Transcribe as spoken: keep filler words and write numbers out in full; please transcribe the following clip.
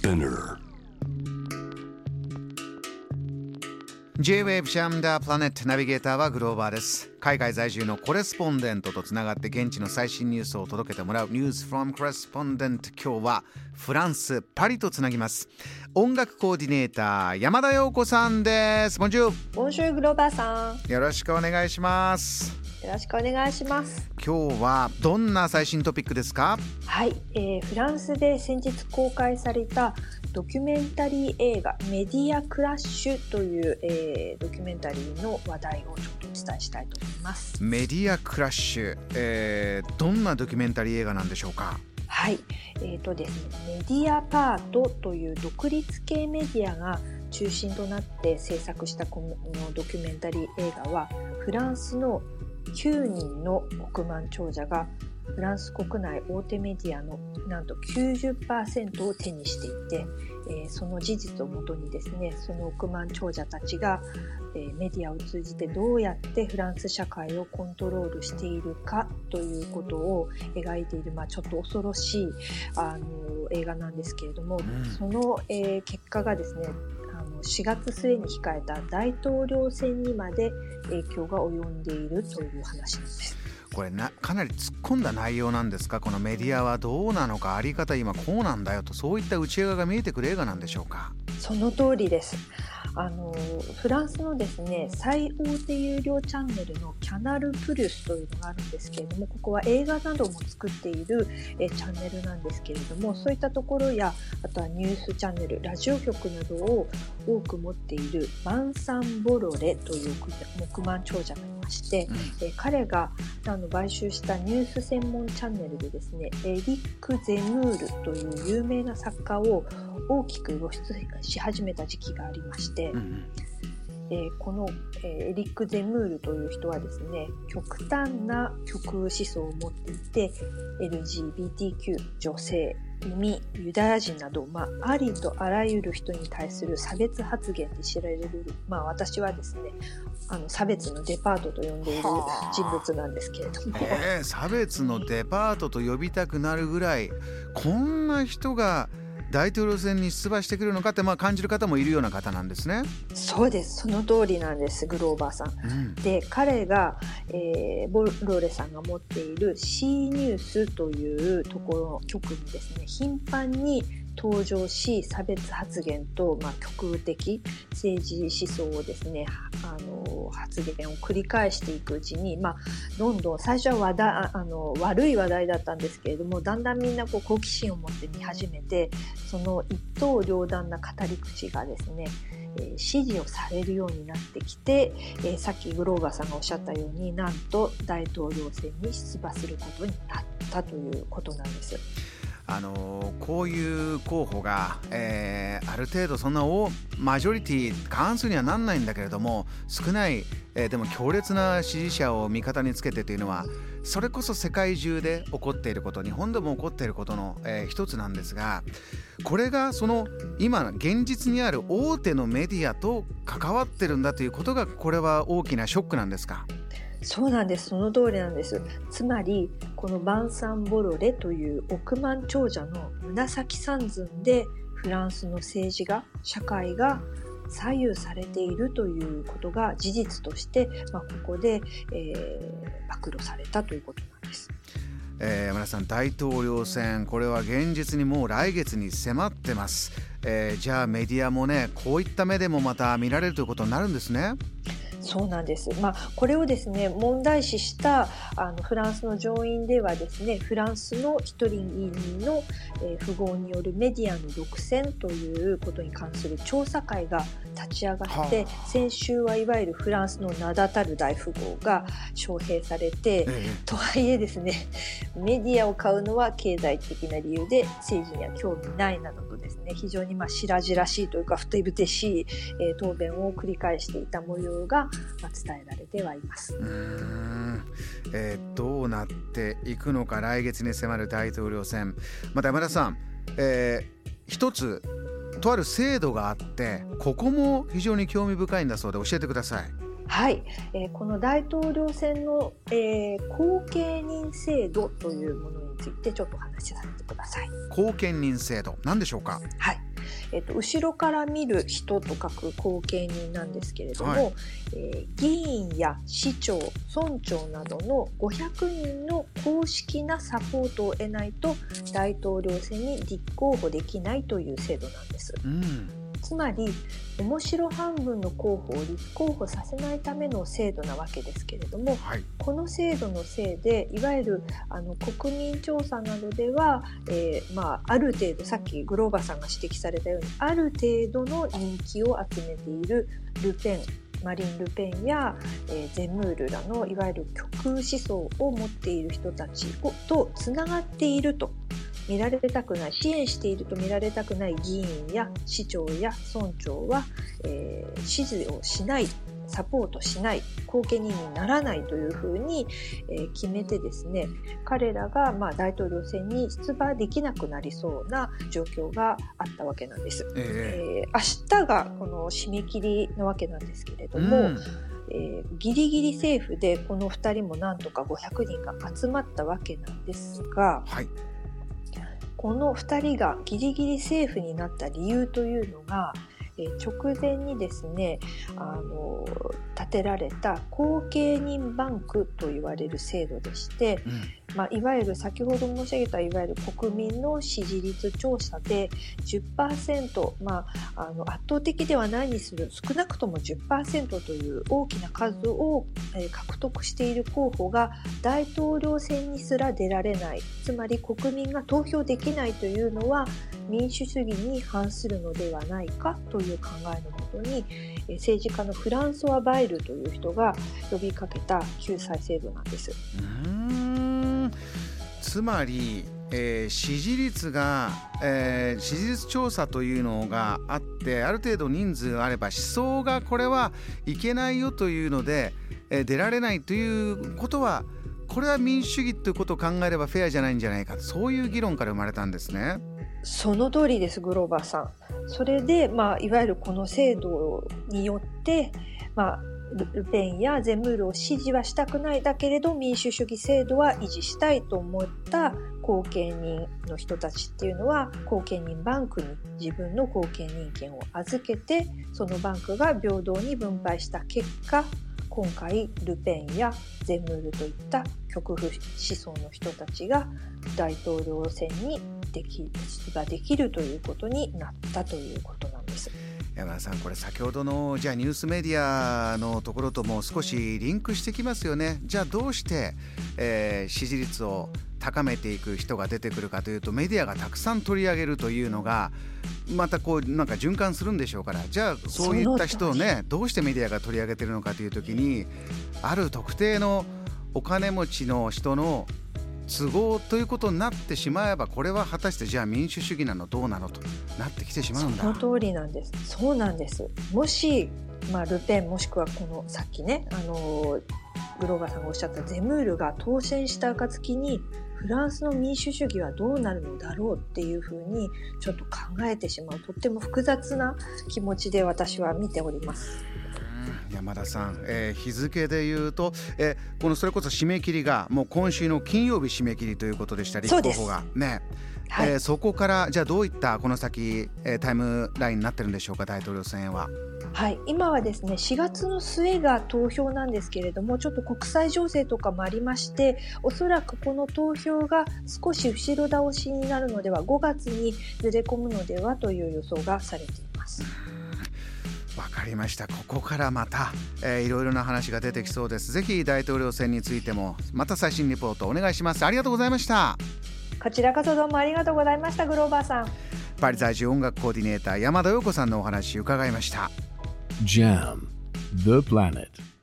Spinner J-Wave シャムダープラネットナビゲーターはグローバーです。海外在住のコレスポンデントとつながって現地の最新ニュースを届けてもらう News from Correspondent。 今日はフランスパリとつなぎます。音楽コーディネーター山田陽子さんです。ボンジュール。 ボンジュールグローバーさん、 よろしくお願いします。 よろしくお願いします。 今日はどんな最新トピックですか？ はい、えー、フランスで先日公開されたドキュメンタリー映画メディアクラッシュという、えー、ドキュメンタリーの話題をちょっとお伝えしたいと思います。 メディアクラッシュ、えー、どんなドキュメンタリー映画なんでしょうか？ はい、えーとですね、メディアパートという独立系メディアが中心となって制作したこのドキュメンタリー映画は、フランスのきゅうにんの億万長者がフランス国内大手メディアのなんと きゅうじゅっパーセント を手にしていて、えー、その事実をもとにですね、その億万長者たちが、えー、メディアを通じてどうやってフランス社会をコントロールしているかということを描いている、まあ、ちょっと恐ろしいあの映画なんですけれども、うん、その、えー、結果がですね、あのしがつ末に控えた大統領選にまで影響が及んでいるという話なんです。 これなかなり突っ込んだ内容なんですか？このメディアはどうなのか、あり方今こうなんだよと、そういった内側が見えてくる映画なんでしょうか？ その通りです。あのフランスのですね、最大手有料チャンネルのキャナルプルスというのがあるんですけれども、ここは映画なども作っているえチャンネルなんですけれども、そういったところや、あとはニュースチャンネル、ラジオ局などを多く持っているバンサン・ボロレという億万長者がいまして、うん、え彼があの買収したニュース専門チャンネルでですね、エリック・ゼムールという有名な作家を大きく露出し始めた時期がありまして、うんえー、この、えー、エリック・ゼムールという人はですね、極端な極右思想を持っていて、 エルジービーティーキュー、 女性、移民、ユダヤ人など、まあ、ありとあらゆる人に対する差別発言で知られる、まあ、私はですね、あの差別のデパートと呼んでいる人物なんですけれども、 えー、差別のデパートと呼びたくなるぐらい、こんな人が大統領選に出馬してくるのかって、まあ、感じる方もいるような方なんですね。 そうです、その通りなんです、グローバーさん、うん、で彼が、えー、ボロレさんが持っている C ニュースというところ局にですね、頻繁に登場し、差別発言と、まあ、極右的政治思想をですね、あの発言を繰り返していくうちに、まあ、どんどん最初は話題あの悪い話題だったんですけれども、だんだんみんなこう好奇心を持って見始めて、その一刀両断な語り口がですね、えー、支持をされるようになってきて、えー、さっきグローバーさんがおっしゃったように、なんと大統領選に出馬することになったということなんです。 あのこういう候補が、えー、ある程度そんな大マジョリティ過半数にはなんないんだけれども、少ない、えー、でも強烈な支持者を味方につけてというのは、それこそ世界中で起こっていること、日本でも起こっていることの、えー、一つなんですが、これがその今現実にある大手のメディアと関わってるんだということが、これは大きなショックなんですか？ そうなんです、その通りなんです。つまりこのバンサン・ボロレという億万長者の紫三寸でフランスの政治が、社会が左右されているということが事実として、まあ、ここで、えー、暴露されたということなんです。 えー、山田さん、大統領選、これは現実にもう来月に迫ってます、えー、じゃあメディアもね、こういった目でもまた見られるということになるんですね。 そうなんです。まあ、これをですね、問題視したあのフランスの上院ではですね、フランスの一人議員の、えー、富豪によるメディアの独占ということに関する調査会が立ち上がって、はあ、先週はいわゆるフランスの名だたる大富豪が招聘されて、ええ、とはいえですね、メディアを買うのは経済的な理由で政治には興味ないなどとですね、非常にまあ白々しいというかふてぶてしい、えー、答弁を繰り返していた模様が伝えられてはいます。 うーん、えー、どうなっていくのか、来月に迫る大統領選。また山田さん、えー、一つとある制度があって、ここも非常に興味深いんだそうで、教えてください。 はい、えー、この大統領選の、えー、後継人制度というものについてちょっとお話しさせてください。 後見人制度、何でしょうか？ はい、 えっと、後ろから見る人と書く後継人なんですけれども、はい、えー、議員や市長、村長などのごひゃくにんの公式なサポートを得ないと大統領選に立候補できないという制度なんです。うん、つまり面白半分の候補を立候補させないための制度なわけですけれども、はい、この制度のせいでいわゆるあの国民調査などでは、えーまあ、ある程度さっきグローバさんが指摘されたようにある程度の人気を集めているルペンマリン・ルペンや、えー、ゼムールらのいわゆる極右思想を持っている人たちをとつながっていると見られたくない、支援していると見られたくない議員や市長や村長は、えー、支持をしない、サポートしない、後継人にならないというふうに、えー、決めてですね、彼らが、まあ、大統領選に出馬できなくなりそうな状況があったわけなんです。えーえー、明日がこの締め切りなわけなんですけれども、うんえー、ギリギリセーフでこのふたりもなんとかごひゃくにんが集まったわけなんですが、はいこのふたりがギリギリセーフになった理由というのが、えー、直前にですね、あの立てられた後継人バンクと言われる制度でして、うんまあ、いわゆる先ほど申し上げたいわゆる国民の支持率調査で じゅっパーセント、まあ、あの圧倒的ではないにする少なくとも じゅっパーセント という大きな数を、えー、獲得している候補が大統領選にすら出られない、つまり国民が投票できないというのは民主主義に反するのではないかという考えのもとに、えー、政治家のフランソワ・バイルという人が呼びかけた救済制度なんです。 うーんつまり、えー、支持率が、えー、支持率調査というのがあってある程度人数あれば思想がこれはいけないよというので、えー、出られないということはこれは民主主義ということを考えればフェアじゃないんじゃないか、そういう議論から生まれたんですね。 その通りです、グローバーさん。それで、まあ、いわゆるこの制度によって、まあルペンやゼムールを支持はしたくないだけれど民主主義制度は維持したいと思った後継人の人たちっていうのは後継人バンクに自分の後継人権を預けてそのバンクが平等に分配した結果今回ルペンやゼムールといった極右思想の人たちが大統領選にでき出馬できるということになったということなんです。 山田さん、これ先ほどのじゃあニュースメディアのところとも少しリンクしてきますよね。じゃあどうして、えー、支持率を高めていく人が出てくるかというとメディアがたくさん取り上げるというのがまたこうなんか循環するんでしょうから、じゃあそういった人をねどうしてメディアが取り上げてるのかという時にある特定のお金持ちの人の都合ということになってしまえばこれは果たしてじゃあ民主主義なのどうなのとなってきてしまうんだ。 その通りなんです。そうなんです。もし、まあ、ルペンもしくはこのさっきねあのグローバーさんがおっしゃったゼムールが当選した暁にフランスの民主主義はどうなるのだろうっていうふうにちょっと考えてしまうとっても複雑な気持ちで私は見ております。 山田さん、えー、日付でいうと、えー、このそれこそ締め切りがもう今週の金曜日締め切りということでした立候補がね、はいえー、そこからじゃあどういったこの先、えー、タイムラインになってるんでしょうか大統領選は。 はい、今はですねしがつの末が投票なんですけれどもちょっと国際情勢とかもありましておそらくこの投票が少し後ろ倒しになるのではごがつにずれ込むのではという予想がされています。 わかりました。ここからまた、えー、いろいろな話が出てきそうです。ぜひ大統領選についてもまた最新リポートお願いします。ありがとうございました。 こちらこそどうもありがとうございました。グローバーさん。 パリ在住音楽コーディネーター山田陽子さんのお話伺いました。 ジャム The Planet